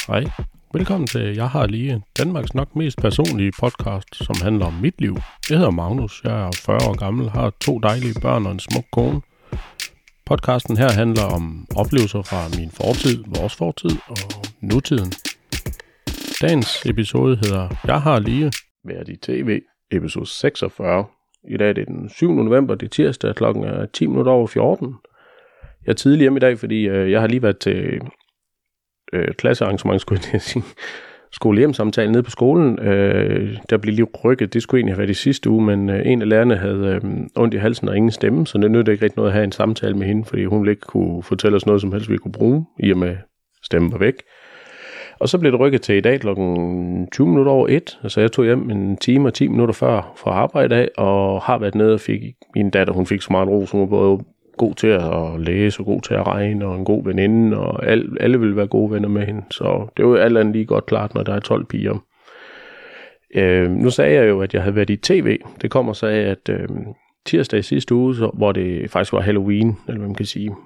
Hej, velkommen til Jeg har lige Danmarks nok mest personlige podcast, som handler om mit liv. Jeg hedder Magnus, jeg er 40 år gammel, har 2 dejlige børn og en smuk kone. Podcasten her handler om oplevelser fra min fortid, vores fortid og nutiden. Dagens episode hedder Jeg har lige været i tv, episode 46. I dag er det den 7. november, det er tirsdag, klokken er 10:10. Jeg er tidlig hjemme i dag, fordi jeg har lige været til klassearrangement, skulle jeg sige, skole-hjem-samtale nede på skolen. Der blev lige rykket, det skulle egentlig have været i sidste uge, men en af lærerne havde ondt i halsen og ingen stemme, så det nødte ikke rigtig noget at have en samtale med hende, fordi hun ville ikke kunne fortælle os noget, som helst vi kunne bruge, i og med stemmen var væk. Og så blev det rykket til i dag klokken 1:20, altså jeg tog hjem en time og 10 minutter før fra arbejde af, og har været nede og fik min datter, hun fik så meget ro, som var både god til at læse og god til at regne og en god veninde, og alle ville være gode venner med hende. Så det var jo alt andet lige godt klart, når der er 12 piger. Nu sagde jeg jo, at jeg havde været i tv. Det kommer så af, at tirsdag i sidste uge, hvor det faktisk var Halloween, eller hvad man kan sige,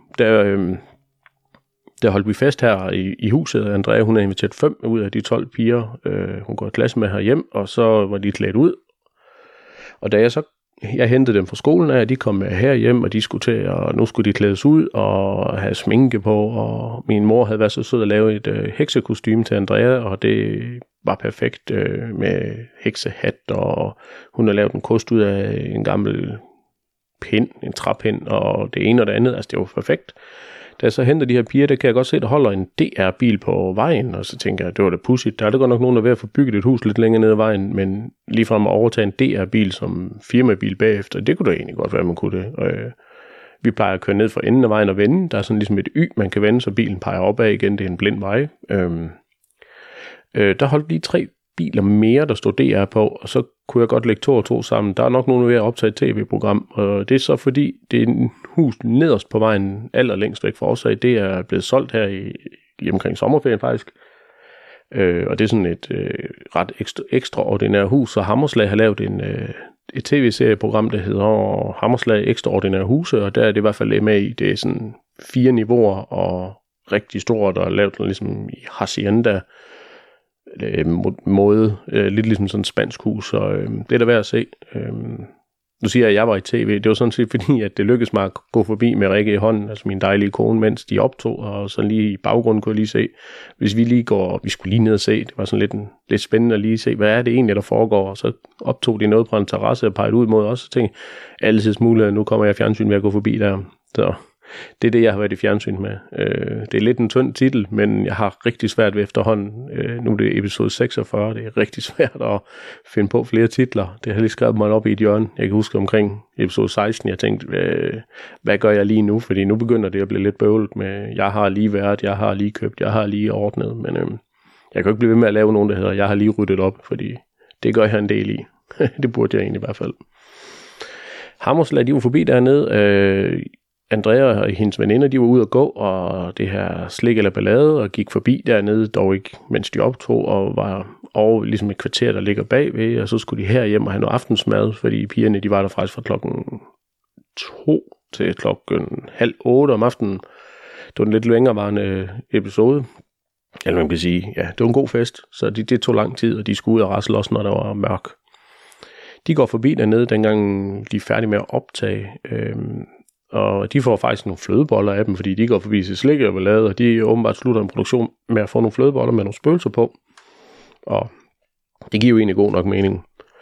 der holdt vi fest her i huset. Andrea, hun havde inviteret 5 ud af de 12 piger, hun går i klasse med herhjem, og så var de klædt ud. Og da jeg hentede dem fra skolen af, de kom med herhjem, og de skulle til, og nu skulle de klædes ud og have sminke på, og min mor havde været så sød at lave et heksekostyme til Andrea, og det var perfekt med heksehat, og hun havde lavet en kost ud af en gammel pind, en træpind, og det ene og det andet, altså det var perfekt. Da jeg så henter de her piger, der kan jeg godt se, der holder en DR-bil på vejen, og så tænker jeg, det var da pudsigt. Der er da godt nok nogen, der er ved at få bygget et hus lidt længere ned ad vejen, men ligefrem at overtage en DR-bil som firmabil bagefter, det kunne da egentlig godt være, man kunne det. Vi plejer at køre ned fra enden af vejen og vende. Der er sådan ligesom et Y, man kan vende, så bilen peger opad igen. Det er en blind vej. Der holdt lige 3 biler mere, der stod DR på, og så kunne jeg godt lægge 2 og 2 sammen. Der er nok nogen, der er ved at optage et tv-program, og det er så fordi, det er en hus nederst på vejen, allerlængst væk fra os af. Det er blevet solgt her i omkring sommerferien faktisk. Og det er sådan et ret ekstraordinært hus, så Hammerslag har lavet et tv-serieprogram, der hedder Hammerslag Ekstraordinære Huse, og der er det i hvert fald med i. Det er sådan 4 niveauer og rigtig stort, og lavet ligesom i hacienda måde, lidt ligesom sådan et spansk hus, og det er da værd at se. Nu siger jeg, at jeg var i tv. Det var sådan set fordi, at det lykkedes mig at gå forbi med Rikke i hånden, altså min dejlige kone, mens de optog, og så lige i baggrunden kunne jeg lige se, hvis vi lige går, vi skulle lige ned og se, det var sådan lidt spændende at lige se, hvad er det egentlig, der foregår, og så optog de noget på en terrasse og pegede ud mod os, og tænkte, altid muligt, nu kommer jeg i fjernsyn ved at gå forbi der, så det er det, jeg har været i fjernsyn med. Det er lidt en tynd titel, men jeg har rigtig svært ved efterhånden. Nu er det episode 46, det er rigtig svært at finde på flere titler. Det har lige skrevet mig op i et hjørne. Jeg kan huske omkring episode 16, jeg tænkte, hvad gør jeg lige nu? Fordi nu begynder det at blive lidt bøvlet med, jeg har lige været, jeg har lige købt, jeg har lige ordnet. Men jeg kan ikke blive ved med at lave nogen, der hedder, jeg har lige ryddet op, fordi det gør jeg en del i. Det burde jeg egentlig i hvert fald. Hammerslag, de var forbi dernede. Andrea og hendes veninder, de var ude at gå, og det her slik eller ballade, og gik forbi dernede, dog ikke, mens de optog, og var over ligesom et kvarter, der ligger bagved, og så skulle de herhjem og have noget aftensmad, fordi pigerne, de var der faktisk fra klokken 2 til klokken 7:30 om aftenen. Det var en lidt længerevarende episode, eller man kan sige, ja, det var en god fest, så det tog lang tid, og de skulle ud og rasle også, når der var mørk. De går forbi dernede, dengang de er færdige med at optage, og de får faktisk nogle flødeboller af dem, fordi de går forbi til slik og ballade, og de åbenbart slutter en produktion med at få nogle flødeboller med nogle spøgelser på. Og det giver jo egentlig god nok mening.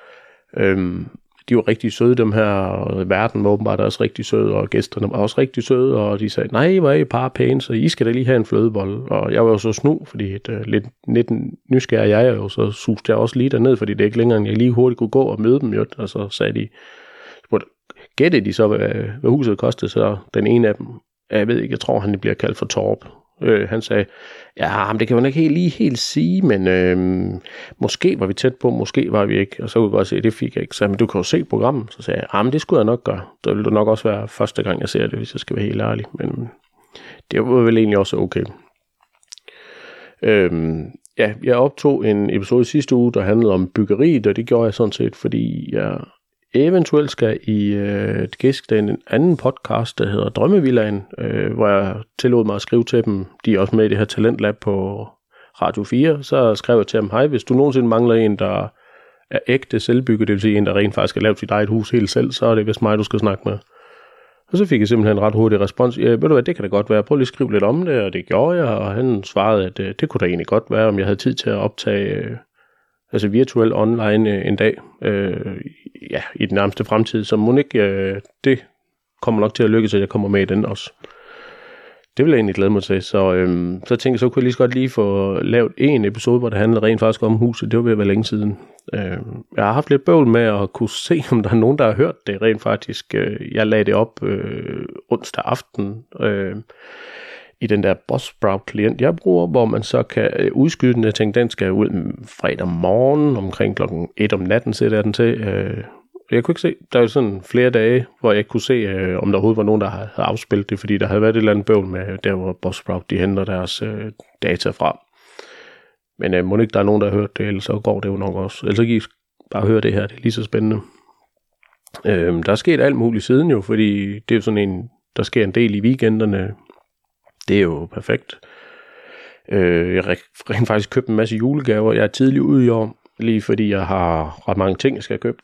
De var rigtig søde, dem her, og verden var åbenbart også rigtig søde, og gæsterne var også rigtig søde, og de sagde, nej, hvor er I bare pæne, så I skal da lige have en flødebolle. Og jeg var jo så snu, fordi lidt nysgerrig jeg er jo, så suste jeg også lige derned, fordi det er ikke længere, end jeg lige hurtigt kunne gå og møde dem, jo. Og så sagde de, gættede de så, hvad huset kostede, så den ene af dem, jeg ved ikke, jeg tror, han bliver kaldt for Torp. Han sagde, ja, men det kan man ikke helt sige, men måske var vi tæt på, måske var vi ikke. Og så kunne jeg godt se, det fik jeg ikke. Så men du kan jo se programmet. Så sagde jeg, men det skulle jeg nok gøre. Det ville nok også være første gang, jeg ser det, hvis jeg skal være helt ærlig. Men det var vel egentlig også okay. Ja, jeg optog en episode sidste uge, der handlede om byggeriet, og det gjorde jeg sådan set, fordi jeg eventuelt skal i gæste en anden podcast, der hedder Drømmevillaen, hvor jeg tillod mig at skrive til dem. De er også med i det her talentlab på Radio 4, så skrev jeg til ham, hej, hvis du nogensinde mangler en, der er ægte selvbygget, det vil sige en, der rent faktisk har lavet sit eget hus helt selv, så er det vist mig, du skal snakke med. Og så fik jeg simpelthen en ret hurtig respons. Ved du hvad, det kan da godt være. Prøv lige at skrive lidt om det, og det gjorde jeg, og han svarede, at det kunne da egentlig godt være, om jeg havde tid til at optage virtuelt online en dag, i den nærmeste fremtid. Så må ikke, det kommer nok til at lykkes, at jeg kommer med i den også. Det vil jeg egentlig glæde mig til. Så tænkte jeg, så kunne jeg lige så godt lige få lavet en episode, hvor det handler rent faktisk om huset. Det var ved at være længe siden. Jeg har haft lidt bøvl med at kunne se, om der er nogen, der har hørt det rent faktisk. Jeg lagde det op onsdag aften i den der Buzzsprout-klient, jeg bruger, hvor man så kan udskyde den. Jeg tænkte, den skal ud fredag morgen, omkring klokken 1 om natten, sætter jeg den til. Jeg kunne ikke se, der er jo sådan flere dage, hvor jeg ikke kunne se, om der overhovedet var nogen, der havde afspillet det, fordi der havde været et eller andet bøvl med, der hvor Buzzsprout, de henter deres data fra. Men må ikke der er nogen, der har hørt det, ellers så går det jo nok også. Ellers så kan I bare høre det her, det er lige så spændende. Der er sket alt muligt siden jo, fordi det er jo sådan en, der sker en del i weekenderne. Det er jo perfekt. Jeg har rent faktisk købt en masse julegaver. Jeg er tidligt ude i år, lige fordi jeg har ret mange ting, jeg skal have købt.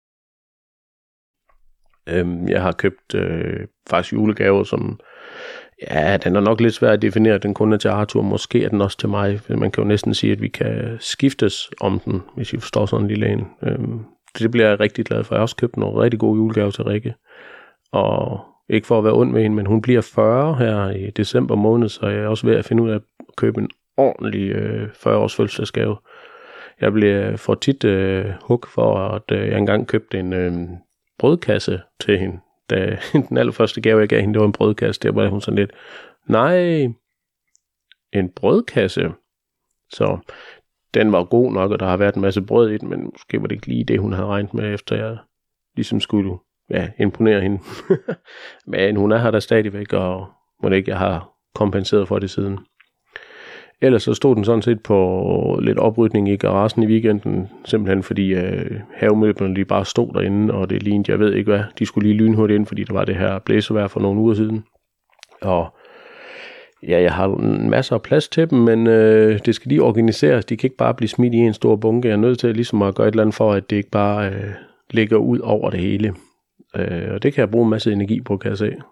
Jeg har købt faktisk julegaver, som den er nok lidt svært at definere, at den kun er til Arthur. Måske er den også til mig. Man kan jo næsten sige, at vi kan skiftes om den, hvis I forstår sådan en lille en. Det bliver jeg rigtig glad for. Jeg har også købt nogle rigtig gode julegaver til Rikke. Og ikke for at være ond med hende, men hun bliver 40 her i december måned, så jeg er også ved at finde ud af at købe en ordentlig 40-års fødselsdagsgave. Jeg får tit hug for, at jeg engang købte en brødkasse til hende. Da den allerførste gave, jeg gav hende, det var en brødkasse. Der var hun sådan lidt, nej, en brødkasse. Så den var god nok, og der har været en masse brød i den, men måske var det ikke lige det, hun havde regnet med, efter jeg ligesom skulle imponere hende. Men hun er her der stadigvæk, og må det ikke, jeg har kompenseret for det siden. Ellers så stod den sådan set på lidt oprydning i garagen i weekenden, simpelthen fordi havemøblerne de bare stod derinde, og det lignede, jeg ved ikke hvad, de skulle lige lynhurtigt ind, fordi der var det her blæsevejr for nogle uger siden. Og ja, jeg har en masse af plads til dem, men det skal lige organiseres. De kan ikke bare blive smidt i en stor bunke. Jeg er nødt til ligesom at gøre et eller andet for, at det ikke bare ligger ud over det hele. Og det kan jeg bruge en masse energi på, kan jeg se.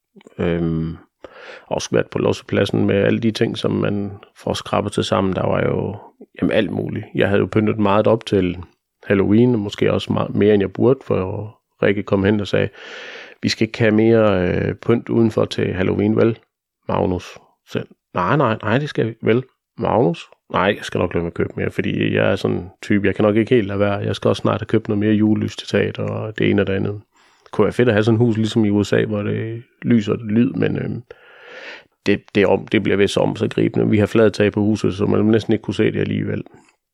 Også været på lossepladsen med alle de ting, som man får skrabet til sammen. Der var jo alt muligt. Jeg havde jo pyntet meget op til Halloween, og måske også mere end jeg burde, for Rikke kom hen og sagde, vi skal ikke have mere pynt udenfor til Halloween, vel? Magnus sagde, nej, det skal vi, vel? Magnus? Nej, jeg skal nok lade mig købe mere, fordi jeg er sådan en type, jeg kan nok ikke helt lade være. Jeg skal også snart have købt noget mere julelys til taget, og det ene og det andet. Det kunne være fedt at have sådan et hus, ligesom i USA, hvor det lyser og det lyd, men det bliver vist om så gribende. Vi har flad tag på huset, så man næsten ikke kunne se det alligevel.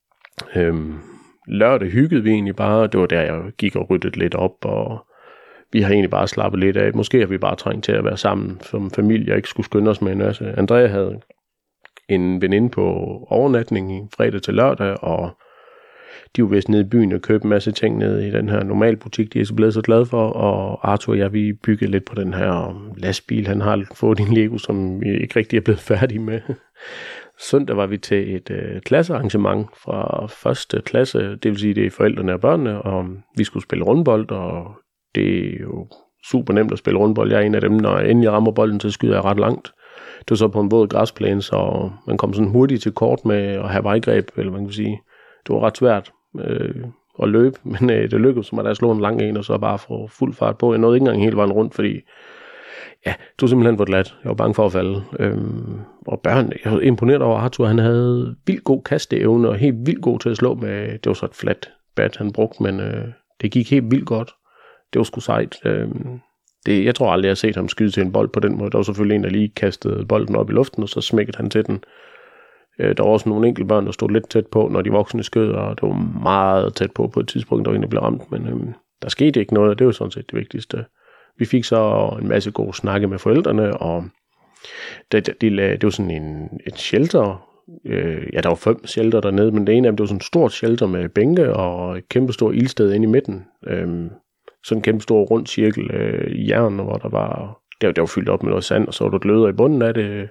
Lørdag hyggede vi egentlig bare. Det var der, jeg gik og ryddede lidt op, og vi har egentlig bare slappet lidt af. Måske har vi bare trængt til at være sammen som familie, og ikke skulle skynde os med en masse. Andrea havde en veninde på overnatning i fredag til lørdag, og de var vist nede i byen og købte en masse ting nede i den her normalbutik, de er så blevet så glade for, og Arthur og jeg, vi byggede lidt på den her lastbil. Han har fået en Lego, som vi ikke rigtig er blevet færdige med. Søndag var vi til et klassearrangement fra første klasse, det vil sige, det er forældrene og børnene, og vi skulle spille rundbold, og det er jo super nemt at spille rundbold. Jeg er en af dem, når jeg endelig rammer bolden, så skyder jeg ret langt. Det var så på en våd græsplæne, så man kom sådan hurtigt til kort med at have vejgreb, eller man kan sige. Det var ret svært at løbe, men det lykkedes mig, da jeg slog en lang en, og så bare få fuld fart på. Jeg nåede ikke engang hele vejen rundt, fordi det var simpelthen for glat. Jeg var bange for at falde. Og børn, jeg var imponeret over Arthur, han havde vildt god kasteevne, og helt vildt god til at slå med, det var så et flat bat, han brugte, men det gik helt vildt godt. Det var sgu sejt. Jeg tror aldrig, jeg har set ham skyde til en bold på den måde. Der var selvfølgelig en, der lige kastede bolden op i luften, og så smækkede han til den. Der var også nogle enkelte børn, der stod lidt tæt på, når de voksne skød, og det var meget tæt på et tidspunkt, der egentlig blev ramt, men der skete ikke noget, og det var sådan set det vigtigste. Vi fik så en masse gode snakke med forældrene, og det var sådan et shelter. Der var 5 shelter dernede, men det ene af dem, det var sådan et stort shelter med bænke og et kæmpe stort ildsted inde i midten. Sådan en kæmpe stor rund cirkel i jern, hvor der var fyldt op med noget sand, og så var der gløder i bunden af det.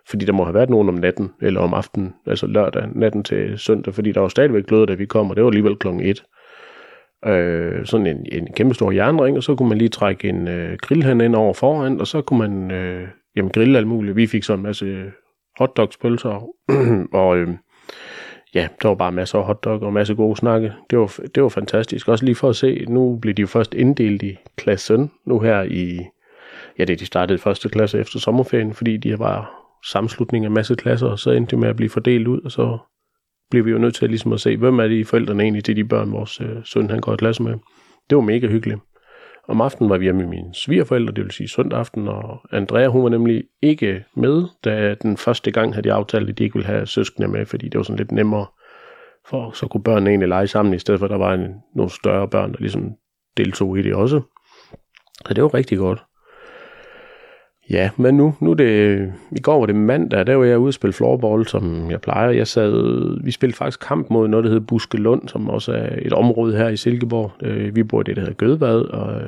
Fordi der må have været nogen om natten, eller om aftenen, altså lørdag natten til søndag, fordi der var stadigvæk glødet, da vi kom, og det var alligevel klokken 1. Sådan en kæmpe stor jernring, og så kunne man lige trække en grillhand ind over foran, og så kunne man grille alt muligt. Vi fik så en masse hotdogspølser, og ja, der var bare masser af hotdog og masser af gode snakke. Det var fantastisk. Også lige for at se, nu blev de jo først inddelt i klassen, nu her i, ja, det de startede første klasse efter sommerferien, fordi de var sammenslutning af masse klasser, og så endte det med at blive fordelt ud, og så blev vi jo nødt til ligesom at se, hvem er de forældrene egentlig til de børn, vores søn han går i klasse med. Det var mega hyggeligt. Om aftenen var vi hjemme med mine svigerforældre, det vil sige søndag aften, og Andrea, hun var nemlig ikke med, da den første gang havde de aftalt, at de ikke ville have søskende med, fordi det var sådan lidt nemmere, for så kunne børnene egentlig lege sammen, i stedet for at der var nogle større børn, der ligesom deltog i det også. Så det var rigtig godt. Ja, men nu det, i går var det mandag, der var jeg ude at spille floorball, som jeg plejer. Vi spillede faktisk kamp mod noget, der hedder Buskelund, som også er et område her i Silkeborg. Vi bor i det, der hedder Gødvad, og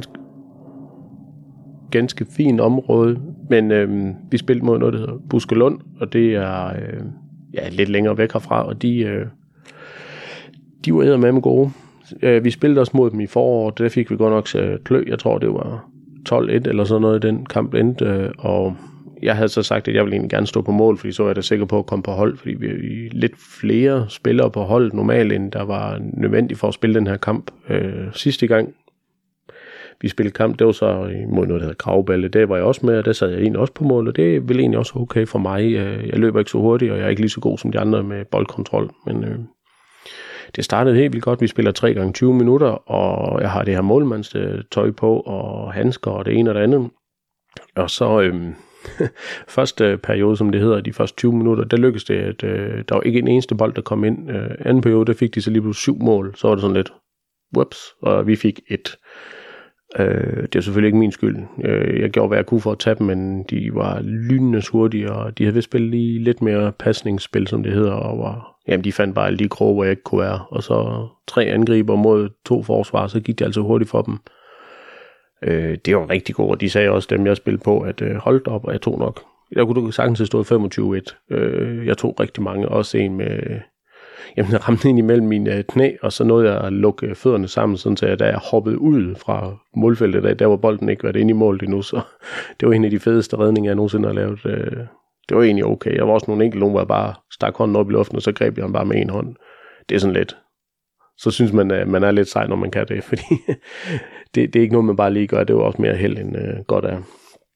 ganske fint område, men vi spillede mod noget, der hedder Buskelund, og det er lidt længere væk herfra, og de var eddermame gode. Vi spillede også mod dem i foråret, der fik vi godt nok klø, jeg tror det var 12-1 eller sådan noget, den kamp endte, og jeg havde så sagt, at jeg ville egentlig gerne stå på mål, fordi så var jeg da sikker på at komme på hold, fordi vi er lidt flere spillere på holdet normalt, end der var nødvendigt for at spille den her kamp. Sidste gang vi spillede kamp, det var så imod noget, der hedder Gravballe, der var jeg også med, og der sad jeg egentlig også på mål, og det ville egentlig også okay for mig. Jeg løber ikke så hurtigt, og jeg er ikke lige så god som de andre med boldkontrol, men det startede helt vildt godt. Vi spiller 3 gange 20 minutter, og jeg har det her målmandstøj på, og handsker og det ene og det andet. Og så første periode, som det hedder, de første 20 minutter, der lykkedes det, at der var ikke en eneste bold, der kom ind. Anden periode, der fik de så lige pludselig 7 mål. Så var det sådan lidt, whoops, og vi fik 1. Det er selvfølgelig ikke min skyld. Jeg gjorde, hvad jeg kunne for at tage dem, men de var lynende hurtige, og de havde vist spillet lige lidt mere pasningsspil, som det hedder, og de fandt bare alle de kroge, hvor jeg ikke kunne være. Og så 3 angriber mod 2 forsvar, så gik det altså hurtigt for dem. Det var rigtig godt, og de sagde også, dem jeg spillede på, at holdt op, og jeg tog nok. Jeg kunne sagtens have stået 25-1. Jeg tog rigtig mange, også en med... Jamen, jeg ramte ind imellem mine knæ, og så nåede jeg at lukke fødderne sammen, sådan så da jeg hoppede ud fra målfeltet, der var bolden ikke været inde i målet endnu, så det var en af de fedeste redninger, jeg nogensinde har lavet. Det var egentlig okay. Jeg var også nogle enkelte, hvor jeg bare stak hånden op i luften, og så greb jeg ham bare med en hånd. Det er sådan lidt. Så synes man, at man er lidt sej, når man kan det, fordi det er ikke noget, man bare lige gør. Det var også mere held, end godt er.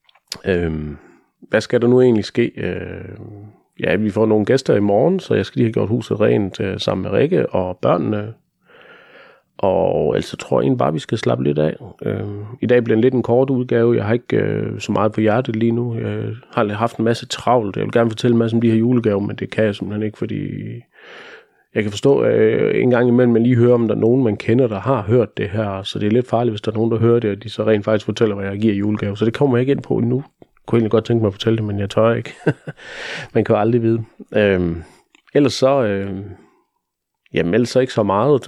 Hvad skal der nu egentlig ske? Ja, vi får nogle gæster i morgen, så jeg skal lige have gjort huset rent sammen med Rikke og børnene. Og ellers tror jeg egentlig bare, vi skal slappe lidt af. I dag bliver lidt en kort udgave. Jeg har ikke så meget på hjertet lige nu. Jeg har haft en masse travlt. Jeg vil gerne fortælle en masse om de her julegaver, men det kan jeg simpelthen ikke, fordi jeg kan forstå, en gang imellem man lige hører, om der er nogen, man kender, der har hørt det her. Så det er lidt farligt, hvis der er nogen, der hører det, og de så rent faktisk fortæller, hvad jeg giver i julegave. Så det kommer jeg ikke ind på endnu. Jeg kunne egentlig godt tænke mig at fortælle det, men jeg tør ikke. Man kan jo aldrig vide. Ellers så ikke så meget.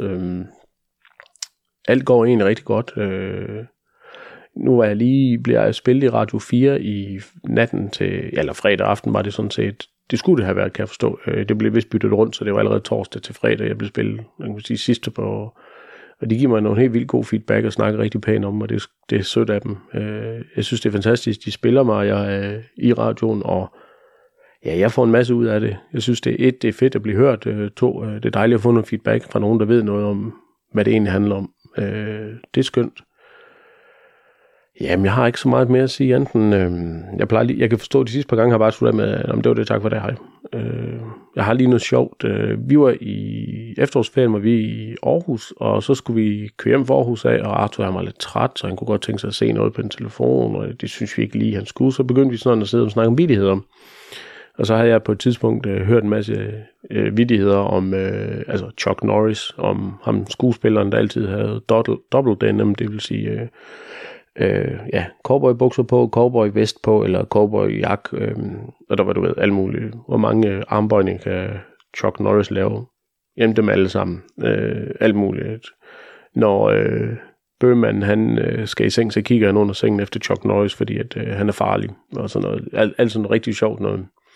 Alt går egentlig rigtig godt. Nu er bliver jeg spillet i Radio 4 i natten til, eller fredag aften var det sådan set. Det skulle det have været, kan jeg forstå. Det blev vist byttet rundt, så det var allerede torsdag til fredag, jeg blev spillet, man kan sige, sidste på. Og de giver mig nogle helt vildt god feedback og snakker rigtig pænt om, og det er sødt af dem. Jeg synes, det er fantastisk. De spiller mig i radioen, og ja, jeg får en masse ud af det. Jeg synes, det er fedt at blive hørt. 2, det er dejligt at få noget feedback fra nogen, der ved noget om, hvad det egentlig handler om. Det er skønt. Jamen, jeg har ikke så meget mere at sige, enten jeg kan forstå, at de sidste par gange har jeg bare sluttet med, det var det, tak for det, hej. Jeg har lige noget sjovt. Vi var i efterårsferien, var vi i Aarhus, og så skulle vi køre hjem fra Aarhus af, og Arthur han var lidt træt, så han kunne godt tænke sig at se noget på en telefon, og det synes vi ikke lige, han skulle. Så begyndte vi sådan at sidde og snakke om vittigheder. Og så havde jeg på et tidspunkt hørt en masse vittigheder om Chuck Norris, om ham skuespilleren, der altid havde dobbelt denim, det vil sige cowboybukser på, cowboyvest på, eller cowboyjak, og der var, du ved, alt muligt. Hvor mange armbøjninger kan Chuck Norris lave? Jamen dem alle sammen. Alt muligt. Når Bøhman, han skal i seng, så kigger han under sengen efter Chuck Norris, fordi at han er farlig, og sådan noget. Alt sådan rigtig sjovt noget.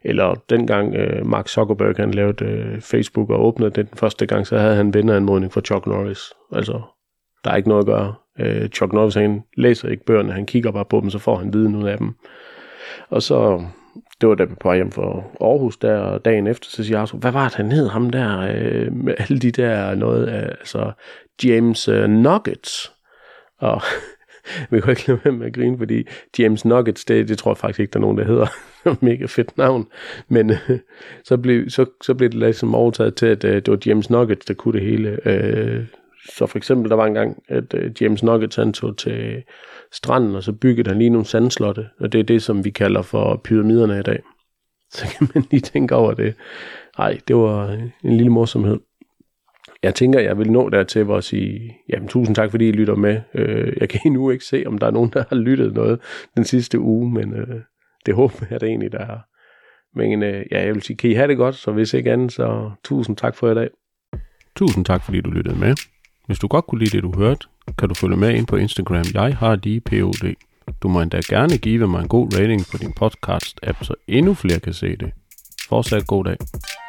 Eller dengang Mark Zuckerberg han lavede Facebook og åbnede den første gang, så havde han venneanmodning for Chuck Norris. Altså, der er ikke noget at gøre. Chuck Norris, han læser ikke bøgerne, han kigger bare på dem, så får han viden ud af dem. Og så, det var da vi på hjem fra Aarhus der, og dagen efter, så siger Arthur, hvad var det, han hed ham der, med alle de der noget, altså James Nuggets. Og vi kunne ikke lade være med at grine, fordi James Nuggets, det tror jeg faktisk ikke, der er nogen, der hedder. Mega fedt navn. Men så blev det ligesom overtaget til, at det var James Nuggets, der kunne det hele. Så for eksempel, der var en gang, at James Nuggets, han tog til stranden, og så byggede han lige nogle sandslotte. Og det er det, som vi kalder for pyramiderne i dag. Så kan man lige tænke over det. Ej, det var en lille morsomhed. Jeg tænker, jeg vil nå dertil hvor at sige, jamen tusind tak, fordi I lytter med. Jeg kan endnu ikke se, om der er nogen, der har lyttet noget den sidste uge, men det håber jeg da egentlig, der er. Men jeg vil sige, kan I have det godt, så hvis ikke andet, så tusind tak for i dag. Tusind tak, fordi du lyttede med. Hvis du godt kunne lide det, du hørte, kan du følge med ind på Instagram. Jeg har POD. Du må endda gerne give mig en god rating på din podcast-app, så endnu flere kan se det. Fortsat god dag.